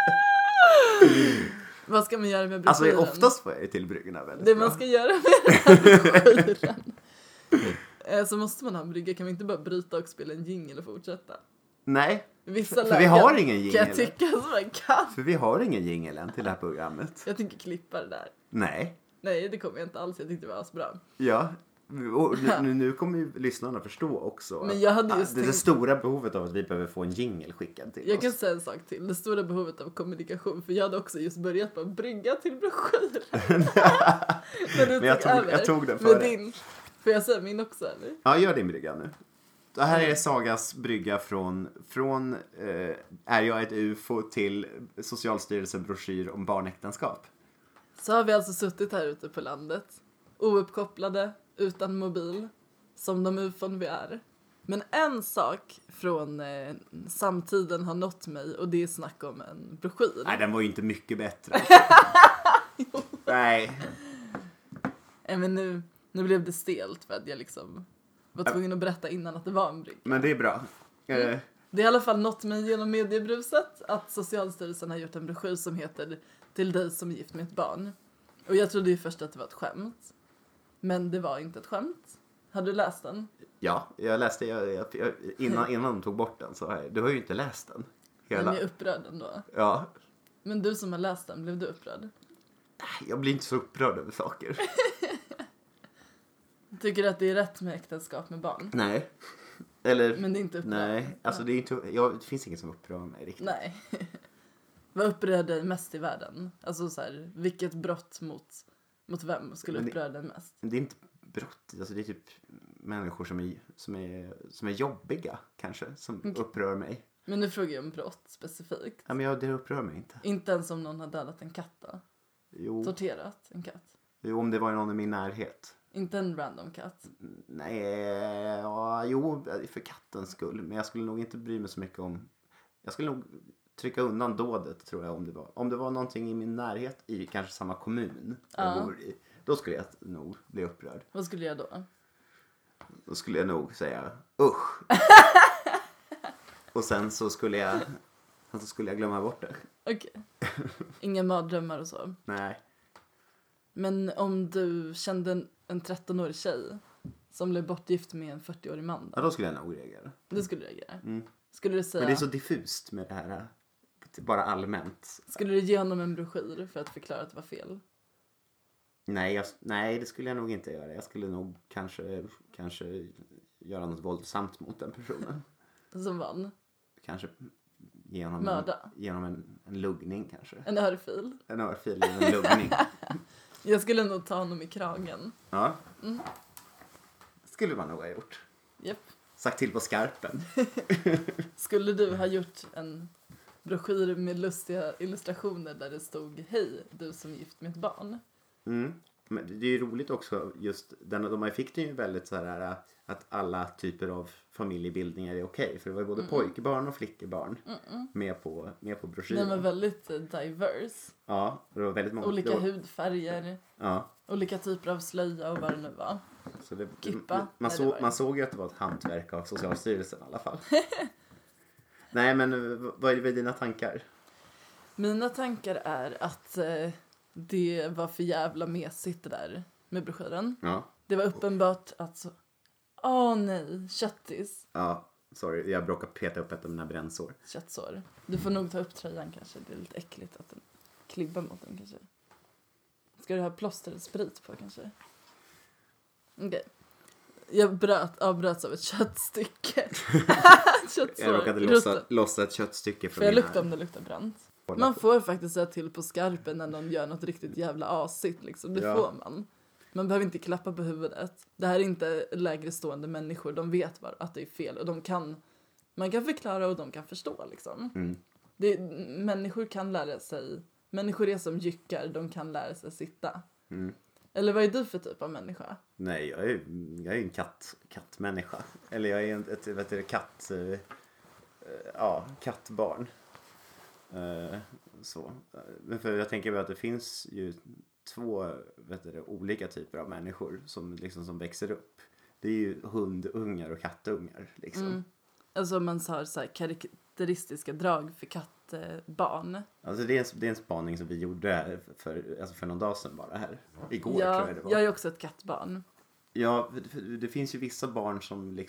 Vad ska man göra med broschyren? Alltså oftast får jag till bryggorna väldigt det bra. Man ska göra med broschyren. Så måste man ha en brygga. Kan vi inte bara bryta och spela en jingle och fortsätta? Nej. Vissa för vi har ingen jingle. Kan jag tycka som man kan. För vi har ingen jingle än till det här programmet. Jag tänker klippa det där. Nej, det kommer jag inte alls. Jag tyckte det var bra. Ja, och nu kommer ju lyssnarna förstå också. Men jag hade just det stora behovet av att vi behöver få en jingle skickad till oss. Jag kan säga en sak till. Det stora behovet av kommunikation. För jag hade också just börjat på att brygga till broschyren. Men jag tog den för dig. Får jag säga min också eller? Ja, gör din brygga nu. Det här är Sagas brygga från Är jag ett UFO till Socialstyrelsen broschyr om barnäktenskap. Så har vi alltså suttit här ute på landet. Ouppkopplade, utan mobil. Som de UFOn vi är. Men en sak från samtiden har nått mig. Och det är snack om en broschyr. Nej, den var ju inte mycket bättre. Nej. Men nu blev det stelt för att jag liksom var tvungen att berätta innan att det var en brygga. Men det är bra. Det är i alla fall nått mig genom mediebruset att Socialstyrelsen har gjort en broschyr som heter Till dig som är gift med ett barn. Och jag trodde ju först att det var ett skämt. Men det var inte ett skämt. Har du läst den? Ja, jag läste innan de tog bort den så här. Du har ju inte läst den. Men jag är upprörd ändå. Ja. Men du som har läst den, blev du upprörd? Jag blir inte så upprörd över saker. Tycker du att det är rätt med äktenskap med barn? Nej. Eller, men det är inte upprörd. Nej, alltså det finns inget som upprör mig riktigt. Nej. Vad upprör dig mest i världen? Alltså så här, vilket brott mot vem skulle uppröra dig mest? Det är inte brott, alltså det är typ människor som är jobbiga kanske, som upprör mig. Men nu frågar jag om brott specifikt. Ja, men det upprör mig inte. Inte ens om någon har dödat en katt då? Jo. Torterat en katt? Jo, om det var någon i min närhet. Inte en random katt? Nej, jo, för kattens skull. Men jag skulle nog inte bry mig så mycket om... Jag skulle nog trycka undan dådet, tror jag, om det var någonting i min närhet i kanske samma kommun jag bor i. Då skulle jag nog bli upprörd. Vad skulle jag då? Då skulle jag nog säga usch. Och sen så skulle jag glömma bort det. Okej. Inga mardrömmar och så? Nej. Men om du kände en 13-årig tjej som blev bortgift med en 40-årig man då? Ja, då skulle jag nog reagera. Du skulle reagera? Mm. Skulle du säga... Men det är så diffust med det här, bara allmänt. Skulle du ge honom en broschyr för att förklara att det var fel? Nej, det skulle jag nog inte göra. Jag skulle nog kanske göra något våldsamt mot den personen. Som vann? Kanske ge honom mörda? Ge honom en luggning kanske. En örfil? En örfil eller en luggning. Jag skulle nog ta honom i kragen. Ja. Mm. Skulle man nog ha gjort. Japp. Sagt till på skarpen. Skulle du ha gjort en broschyr med lustiga illustrationer där det stod hej, du som är gift med ett barn? Mm. Men det är ju roligt också just de fick det ju väldigt så här att alla typer av familjebildningar är okej. För det var ju både pojkbarn och flickebarn med på broschyren. Den var väldigt diverse. Ja, det var väldigt många. Olika hudfärger. Ja. Olika typer av slöja och vad det nu var. Så Kippa. Man såg ju att det var ett hantverk av Socialstyrelsen i alla fall. Nej, men vad är dina tankar? Mina tankar är att det var för jävla mesigt det där med broschyren. Ja. Det var uppenbart att nej, köttis. Ja, sorry. Jag bråkar peta upp ett av mina brännsår. Köttsår. Du får nog ta upp tröjan kanske. Det är lite äckligt att den klibbar mot den kanske. Ska du ha plåster eller sprit på kanske? Okej. Jag avbröts av ett köttstycke. Köttsår. Jag råkade lossa ett köttstycke från jag lukta om det luktar bränt. Man får faktiskt säga till på skarpen när någon gör något riktigt jävla asigt liksom. Det får man. Man behöver inte klappa på huvudet. Det här är inte lägre stående människor. De vet att det är fel. Och man kan förklara och de kan förstå liksom. Människor kan lära sig. Människor är som jyckar. De kan lära sig sitta. Eller vad är du för typ av människa? Nej, jag är en kattmänniska. Eller jag är ett kattbarn. Så. Men för jag tänker att det finns ju 2 olika typer av människor som växer upp. Det är ju hundungar och kattungar liksom. Alltså man har så här karaktäristiska drag för kattbarn. Alltså det är en spaning som vi gjorde för någon dag sedan bara här. Igår tror jag det var. Jag är också ett kattbarn. Ja, det finns ju vissa barn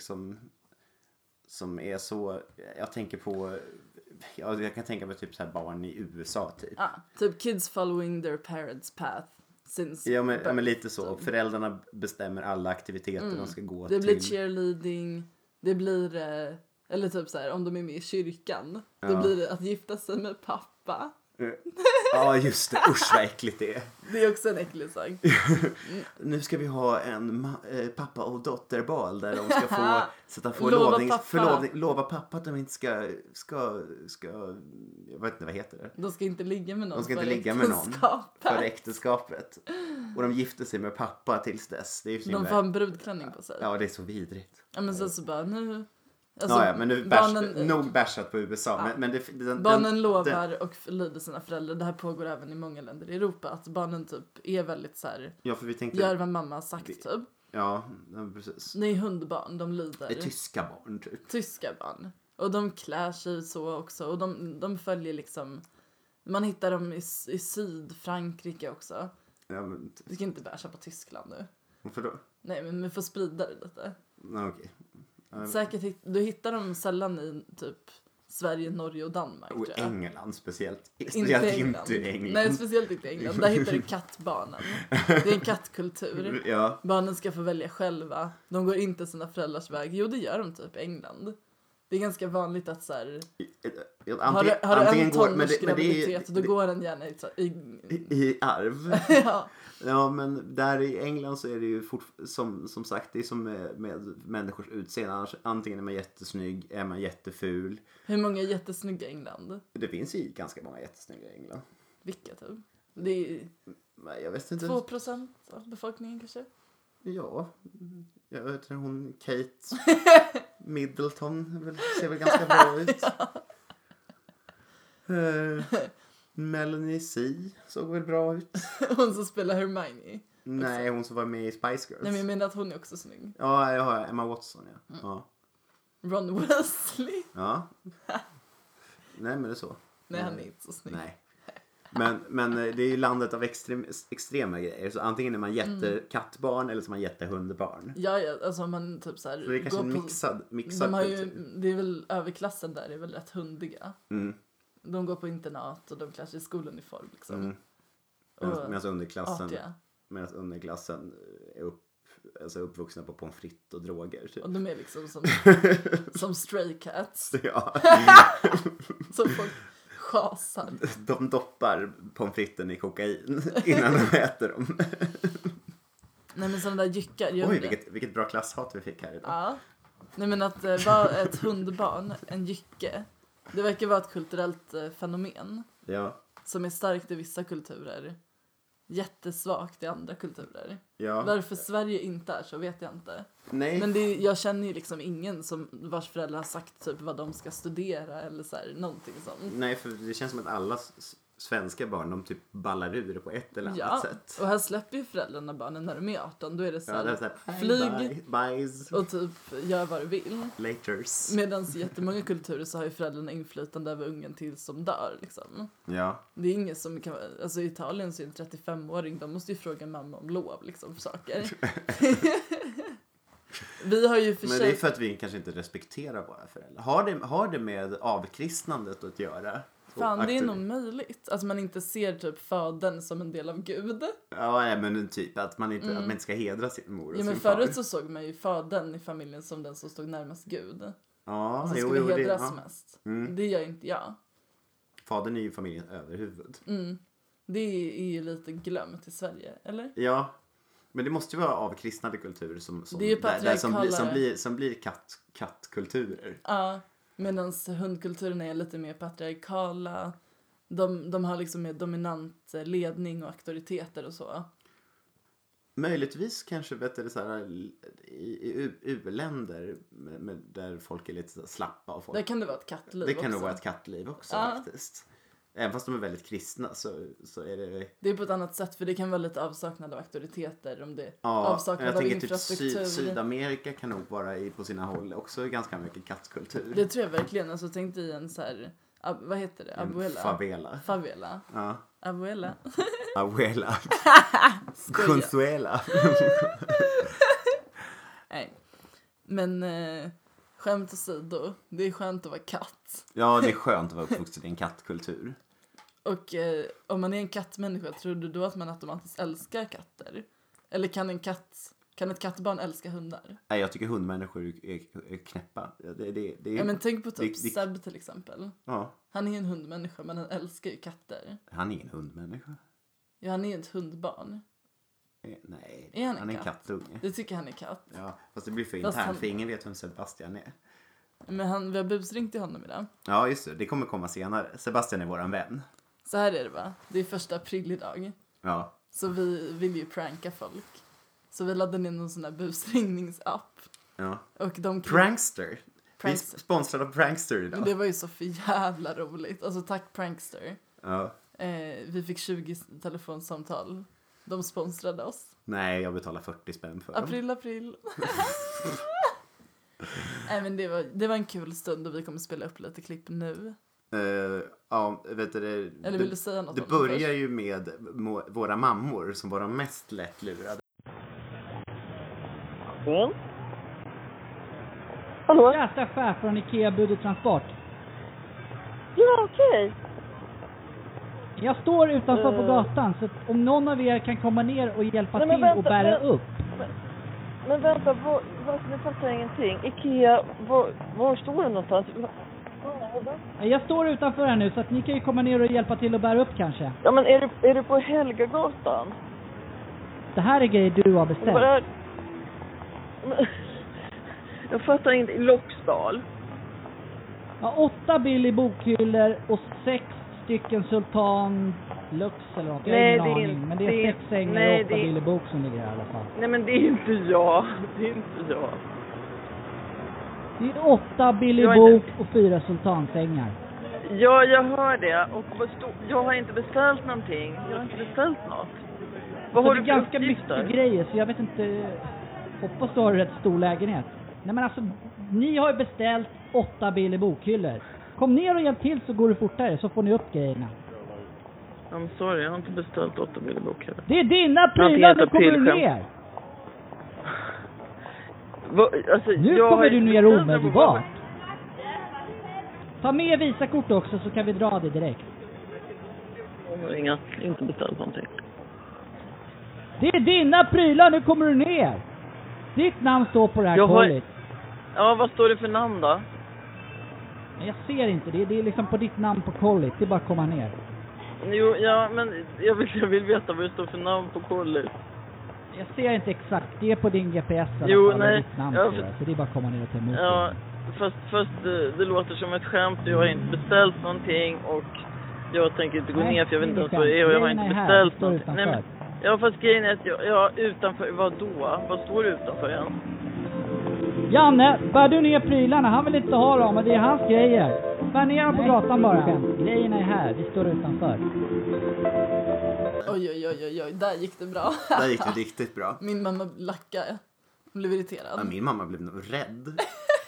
som är så, jag tänker på, jag kan tänka mig typ så här barn i USA typ. Typ kids following their parents' path since ja men lite så. Föräldrarna bestämmer alla aktiviteter de ska gå till. Det blir cheerleading, det blir, eller typ så här, om de är med i kyrkan, då blir det att gifta sig med pappa. Ja, just det. Usch vad äckligt det är. Det är också en äcklig sak. Nu ska vi ha en pappa- och dotterbal där de ska få sätta på lova pappa att de inte ska jag vet inte vad heter det. De ska inte ligga med någon. De ska inte ligga med någon för äktenskapet. Och de gifter sig med pappa tills dess. Det är ju de får en brudklänning på sig. Ja, det är så vidrigt. Ja, men så bara nu. Alltså, men nu nog bärsat på USA. Men barnen lovar och lyder sina föräldrar. Det här pågår även i många länder i Europa. Att barnen typ är väldigt så här. Ja, för vi tänkte, gör vad mamma har sagt typ. Ja, precis. Det är hundbarn, de lyder. Det är tyska barn typ. Tyska barn. Och de klär sig så också. Och de följer liksom. Man hittar dem i Sydfrankrike också. Ja, men du ska inte bärsa på Tyskland nu. Varför då? Nej, men vi får sprida det lite. Okej. Säkert du hittar dem sällan i typ Sverige, Norge och Danmark. Och England speciellt. Inte England. Nej, speciellt inte England. Där hittar du kattbarnen. Det är en kattkultur. Ja. Barnen ska få välja själva. De går inte sina föräldrars väg. Jo, det gör de typ i England. Det är ganska vanligt att så här. Har du en tonårsgraviditet, då går den gärna i arv. Ja. Ja, men där i England så är det ju som sagt, det är som med människors utseende. Antingen är man jättesnygg, är man jätteful. Hur många är jättesnygga i England? Det finns ju ganska många jättesnygga i England. Vilka typ? Det är jag vet inte. 2% av befolkningen kanske? Ja, jag vet inte, hon Kate Middleton ser väl ganska bra ut. Melanie C såg väl bra ut. Hon som spelar Hermione. Nej, också. Hon som var med i Spice Girls. Nej, men jag menar att hon är också snygg. Ja, jag har Emma Watson, ja. Ja. Ron Weasley. Ja. Nej, men det är så. Nej, han är inte så snygg. Nej. Men det är ju landet av extrema grejer. Så antingen är man jättekattbarn eller så är man jättehundbarn. Ja, alltså man typ så här. Så det är kanske en mixad de har ju, det är väl överklassen där, är väl rätt hundiga. Mm. De går på internat och de klär sig i skoluniform liksom. Medan underklassen är uppvuxna på pommes frites och droger. Typ. Och de är liksom som stray cats. Ja. Som folk schasar. De doppar pommes fritesen i kokain innan de äter dem. Nej, men sådana där jyckar. Oj, vilket bra klasshat vi fick här idag. Ja. Nej, men att vara ett hundbarn, en jycke. Det verkar vara ett kulturellt fenomen. Ja. Som är starkt i vissa kulturer. Jättesvagt i andra kulturer. Ja. Varför Sverige inte är så vet jag inte. Nej. Men jag känner ju liksom ingen vars föräldrar har sagt typ vad de ska studera eller så här, någonting sånt. Nej, för det känns som att alla svenska barn, de typ ballar ur på ett eller annat sätt. Och här släpper ju föräldrarna barnen när de är 18. Då är det så här, det är så här flyg bye. och typ gör vad du vill. Laters. Medan i jättemånga kulturer så har ju föräldrarna inflytande över ungen tills de dör liksom. Ja. Det är inget som kan, alltså i Italien så är en 35-åring, de måste ju fråga mamma om lov liksom för saker. Vi har ju Men det är för att vi kanske inte respekterar våra föräldrar. Har det med avkristnandet att göra? Fan, det är nog möjligt. Att man inte ser typ fadern som en del av Gud. Ja, men typ att man inte ska hedra sin mor och ja, men sin far. förut så såg man ju fadern i familjen som den som stod närmast Gud. Ja, och som skulle hedras mest. Det gör inte jag. Fadern är ju familjens överhuvud. Det är ju lite glömt i Sverige, eller? Ja, men det måste ju vara avkristnade kulturer som blir kattkulturer. Ja, medan hundkulturerna är lite mer patriarkala. De har liksom mer dominant ledning och auktoriteter och så. Möjligtvis kanske så här, i u-länder där folk är lite slappa. Och folk. Där kan det vara ett kattliv också. Det kan nog vara ett kattliv också faktiskt. Även fast de är väldigt kristna så är det... Det är på ett annat sätt, för det kan vara lite avsaknad av auktoriteter. Om det avsaknad av infrastruktur. Typ Sydamerika kan nog vara på sina håll också ganska mycket kattkultur. Det tror jag verkligen. Alltså tänk dig en så här... vad heter det? Abuela. Favela. Ja. Abuela. Abuela. Consuela. Nej. Men... skämt åsido, det är skönt att vara katt. Ja, det är skönt att vara uppvuxen i en kattkultur. Och om man är en kattmänniska, tror du då att man automatiskt älskar katter? Eller kan ett kattbarn älska hundar? Nej, jag tycker hundmänniskor är knäppa. Ja, men tänk på typ Seb till exempel. Ja. Han är en hundmänniska, men han älskar ju katter. Han är en hundmänniska. Ja, han är ett hundbarn. Nej, är han är en kattunge. Det tycker han är katt. Ja, fast det blir för internt, för ingen vet vem Sebastian är. Men vi har busringt till honom idag. Ja, just det. Det kommer komma senare. Sebastian är våran vän. Så här är det, va? Det är 1 april idag. Ja. Så vi vill ju pranka folk. Så vi laddade in någon sån här busringningsapp. Ja. Och Prankster. Vi är sponsrade av Prankster idag. Men det var ju så för jävla roligt. Alltså tack Prankster. Ja. Vi fick 20 telefonsamtal. De sponsrade oss. Nej, jag betalar 40 spänn för dem. April. Nej, men det var en kul stund och vi kommer spela upp lite klipp nu. Ja, vet du, eller vill du säga något? Det börjar ju med våra mammor som var de mest lättlurade. Hallå? Jästa chef från Ikea Budgetransport. Ja, okej. Jag står utanför på gatan, så om någon av er kan komma ner och hjälpa till och bära upp. Men vänta, nu fattar jag ingenting. Ikea, var står du någonstans? Jag står utanför här nu, så att ni kan ju komma ner och hjälpa till och bära upp kanske. Ja, men är du på Helgagatan? Det här är grejer du har beställt. Jag fattar inte. Loxdal. Ja, 8 billig bokhyllor och 6 stycken Sultan Lux eller något. Nej, jag har ingen aning. Men det är 6 sängar och 8 billig bok som ligger här i alla fall. Nej, men det är inte jag. Det är 8 billig bok och 4 sultansängar. Ja, jag hör det. Och jag har inte beställt någonting. Jag har inte beställt något. Vad har du för ganska mycket grejer, så jag vet inte. Hoppas du har rätt stor lägenhet. Nej, men alltså, ni har ju beställt 8 billig bokhyllor. Kom ner och hjälp till så går det fortare, så får ni upp grejerna. I'm sorry, jag har inte beställt 8 billig bokhyllor. Det är dina prylar, nu kommer du ner. Alltså, nu kommer du ner omedelbart. Ta med Visakort också så kan vi dra det direkt. Jag har inte beställt någonting. Det är dina prylar, nu kommer du ner. Ditt namn står på det här kollet. Ja, vad står det för namn då? Jag ser inte, det är liksom på ditt namn på kollet. Det är bara att komma ner. Jo, ja, men jag vill veta vad det står för namn på kollet. Jag ser inte exakt, det är på din GPS. Jo, nej. Ditt namn ja, så det är bara att komma ner och ta emot. Ja, först det låter som ett skämt. Jag har inte beställt någonting och jag tänker inte gå ner för jag vet inte vad det är och jag har inte beställt någonting. Nej, men, ja, fast grejen är att jag utanför, vad då? Vad står det utanför igen? Janne, bär du ner prylarna? Han vill inte ha dem, men det är hans grejer. Bara ner dem på gatan bara. Grejerna är här, vi står utanför. Oj, där gick det bra. Där gick det riktigt bra. Min mamma lackade. Hon blev irriterad. Ja, min mamma blev nog rädd.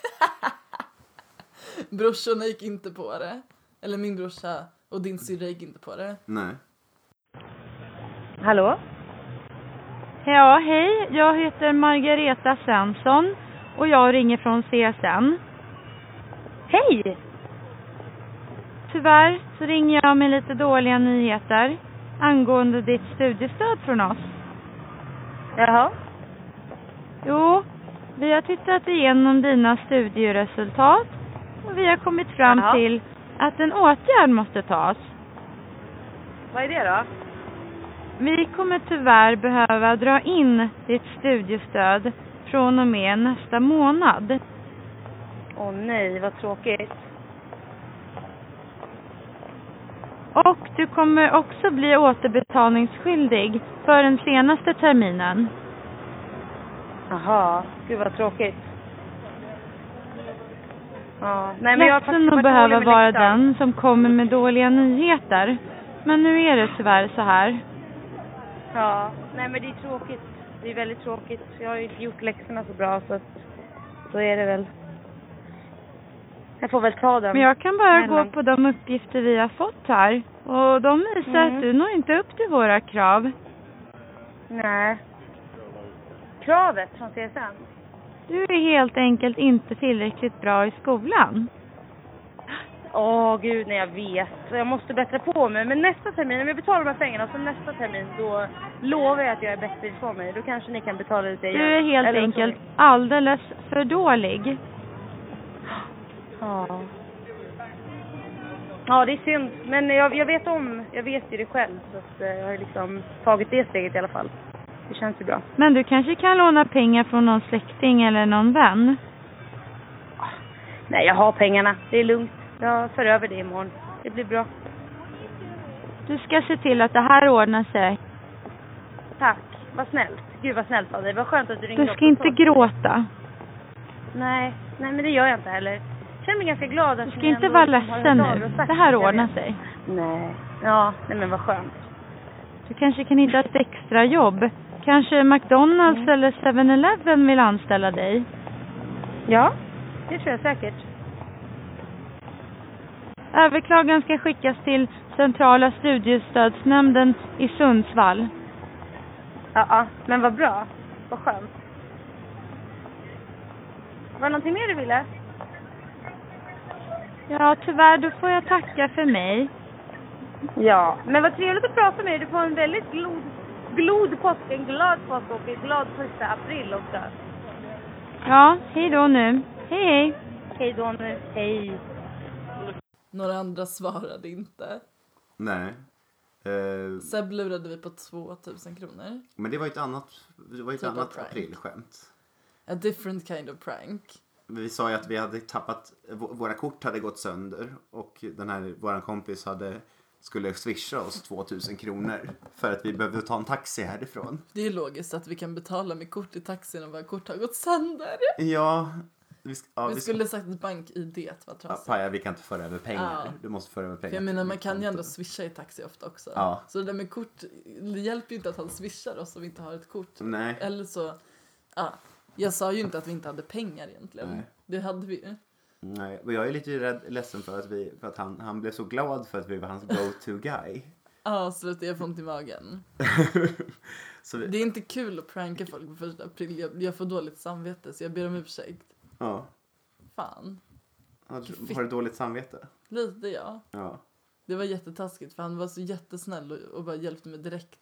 Brorsorna gick inte på det. Eller min brorsa och din syrra gick inte på det. Nej. Hallå? Ja, hej. Jag heter Margareta Svensson och jag ringer från CSN. Hej! Tyvärr så ringer jag med lite dåliga nyheter angående ditt studiestöd från oss. Jaha? Jo, vi har tittat igenom dina studieresultat och vi har kommit fram till att en åtgärd måste tas. Vad är det då? Vi kommer tyvärr behöva dra in ditt studiestöd från och med nästa månad. Åh nej, vad tråkigt. Och du kommer också bli återbetalningsskyldig för den senaste terminen. Jaha, gud vad tråkigt. Ja, nej, men jag ledsen att behöva vara den som kommer med dåliga nyheter. Men nu är det tyvärr så här. Ja, nej men det är tråkigt. Det är väldigt tråkigt. Jag har ju inte gjort läxorna så bra så att så är det väl. Jag får väl ta dem. Men jag kan bara gå på de uppgifter vi har fått här. Och de visar att du når inte upp till våra krav. Nej. Kravet från CSN? Du är helt enkelt inte tillräckligt bra i skolan. Gud, nej jag vet. Jag måste bättra på mig. Men nästa termin, om jag betalar de här pengarna så nästa termin, då lovar jag att jag är bättre ifrån mig. Då kanske ni kan betala lite igen. Du är helt enkelt alldeles för dålig. Ja, det är synd. Men jag vet ju det själv. Så att jag har liksom tagit det steget i alla fall. Det känns ju bra. Men du kanske kan låna pengar från någon släkting eller någon vän? Nej, jag har pengarna. Det är lugnt. Jag för över det imorgon. Det blir bra. Du ska se till att det här ordnar sig. Tack. Vad snällt. Gud vad snällt av dig. Vad skönt att du ringde upp. Du ska inte gråta. Nej, men det gör jag inte heller. Jag känner mig ganska glad att du ska inte vara ledsen nu. Det här ordnar sig. Nej. Ja, nej men vad skönt. Du kanske kan hitta ett extra jobb. Kanske McDonalds eller 7-Eleven vill anställa dig. Ja, det tror jag säkert. Överklagan ska skickas till Centrala studiestödsnämnden i Sundsvall. Ja, men vad bra. Vad skönt. Var det någonting mer du ville? Ja, tyvärr, då får jag tacka för mig. Ja, men vad trevligt att prata med dig. Du får en väldigt glad påsk och en glad 1 april också. Ja, hej då nu. Hej. Hej då nu. Hej. Några andra svarade inte. Nej. Seb lurade vi på 2000 kronor. Men det var ett annat aprilskämt. A different kind of prank. Vi sa ju att vi hade tappat, våra kort hade gått sönder och våran kompis skulle swisha oss 2000 kronor för att vi behövde ta en taxi härifrån. Det är logiskt att vi kan betala med kort i taxin och våra kort har gått sönder. Ja. Vi skulle sagt ett bank-ID var trasigt. Paja, vi kan inte föra över pengar. Ja. Du måste föra över pengar. För jag menar, man kan ju ändå swisha i taxi ofta också. Ja. Så det där med kort, det hjälper ju inte att han swishar oss om vi inte har ett kort. Nej. Eller så, jag sa ju inte att vi inte hade pengar egentligen. Nej. Det hade vi ju. Nej, och jag är lite ledsen för att han blev så glad för att vi var hans go-to guy. Ja, sluta, jag får ont i magen. Det är inte kul att pranka folk på 1 april. Jag får dåligt samvete, så jag ber om ursäkt. Ja. Fan. Har du dåligt samvete? Lite, ja. Ja. Det var jättetaskigt, för han var så jättesnäll och bara hjälpte mig direkt.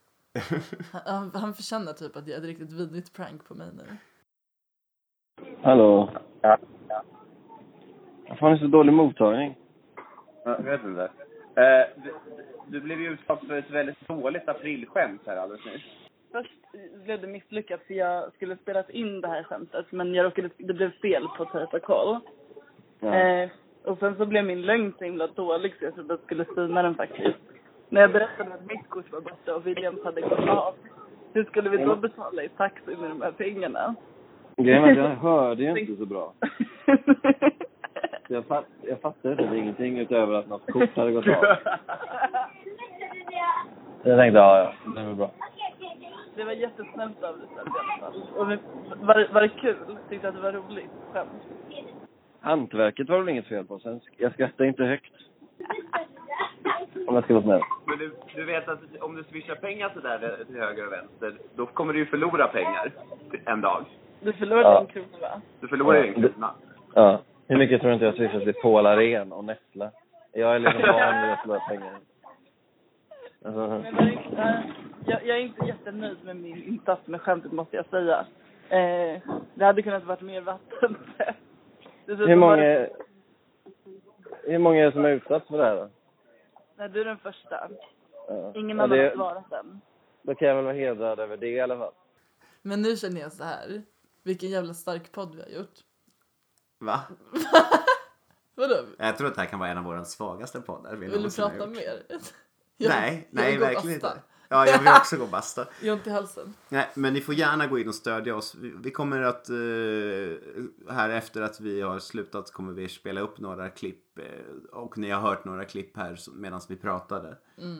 Han förtjänar typ att jag hade riktigt vidrigt prank på mig nu. Hallå? Ja. Vad fan är så dålig mottagning? Jag vet inte. Du blev ju utsatt för ett väldigt dåligt aprilskämt här alldeles nyss. Först blev det misslyckat för jag skulle spela in det här skämtet. Men det blev fel på tape och call. Ja. Och sen så blev min lögn så himla dålig så jag trodde att jag skulle syna den faktiskt. När jag berättade att mitt kort var borta och Williams hade gått av. Hur skulle vi då betala i taxi med de här pengarna? Grejen är att jag hörde inte så bra. Jag fattade ingenting utöver att något kort hade gått av. Jag tänkte, ja, det var bra. Det var jättesnällt av dig i alla fall. Och var det kul? Tyckte att det var roligt? Skämt. Hantverket var väl inget fel på. Sen jag skrattade inte högt. Om jag ska vara snäll. Men du vet att om du swishar pengar så där till höger och vänster, då kommer du ju förlora pengar en dag. Du förlorar en krona, va? Du förlorar en krona. Ja. Hur mycket tror du inte jag swishar till Paul Arén och Nessla? Jag är liksom van vid att förlora pengar. Men jag är inte jättenöjd med min insats med skämtet, måste jag säga. Det hade kunnat varit mer vatten. Hur många är det som är utsatt för det här då? Nej, du är den första. Ja. Ingen annan har svarat än. Då kan jag väl vara hedrad över det i alla fall. Men nu känner jag så här. Vilken jävla stark podd vi har gjort. Va? Vadå? Jag tror att det här kan vara en av våra svagaste poddar. Vill du prata mer? Nej, verkligen inte. Ja, jag vill också gå basta. Ont i halsen. Nej, men ni får gärna gå in och stödja oss. Vi kommer att, här efter att vi har slutat kommer vi spela upp några klipp. Och ni har hört några klipp här medan vi pratade.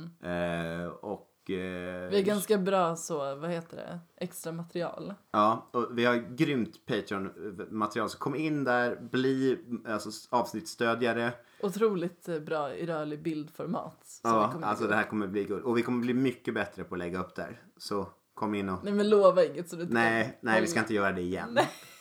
Vi är ganska bra så, vad heter det? Extra material. Ja, och vi har grymt Patreon-material. Så kom in där, bli avsnittstödjare. Otroligt bra i rörlig bildformat. Ja, alltså det här kommer bli guld. Och vi kommer bli mycket bättre på att lägga upp där. Så kom in och... Nej, men lova inget så du inte... Nej, vi ska inte göra det igen.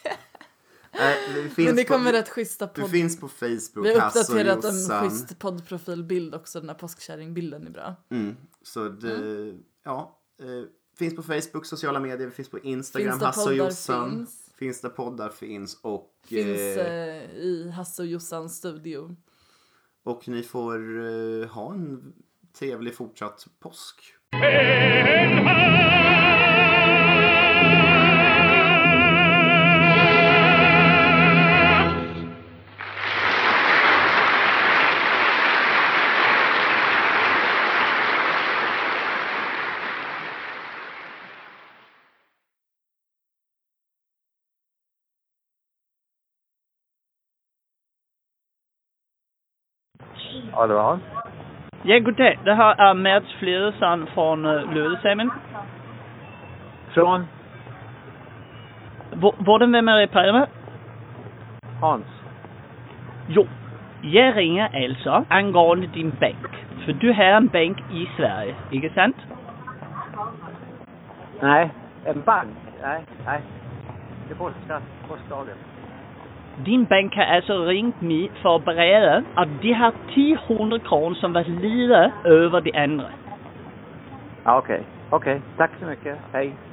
Men det kommer rätt schyssta podd. Det finns på Facebook. Vi har uppdaterat en schysst poddprofilbild också. Den här påskkärringbilden är bra. Så det, finns på Facebook, sociala medier. Vi finns på Instagram, Hasse och Jossan. Finns där poddar finns. Och finns i Hasse och Jossans studio. Och ni får ha en trevlig fortsatt påsk. Ja, det var han. Ja, goddag. Det här är Mats Fledesson från Lödösemmen. Från? Vem är det på? Hans. Jo, jag ringer alltså angående din bank. För du har en bank i Sverige, inte sant? Nej, en bank? Nej. Det är postdagen. Din bank har alltså ringt mig för att berätta att de har 1000 kronor som var lite över de andra. Ja, okej. Tack så mycket. Hej.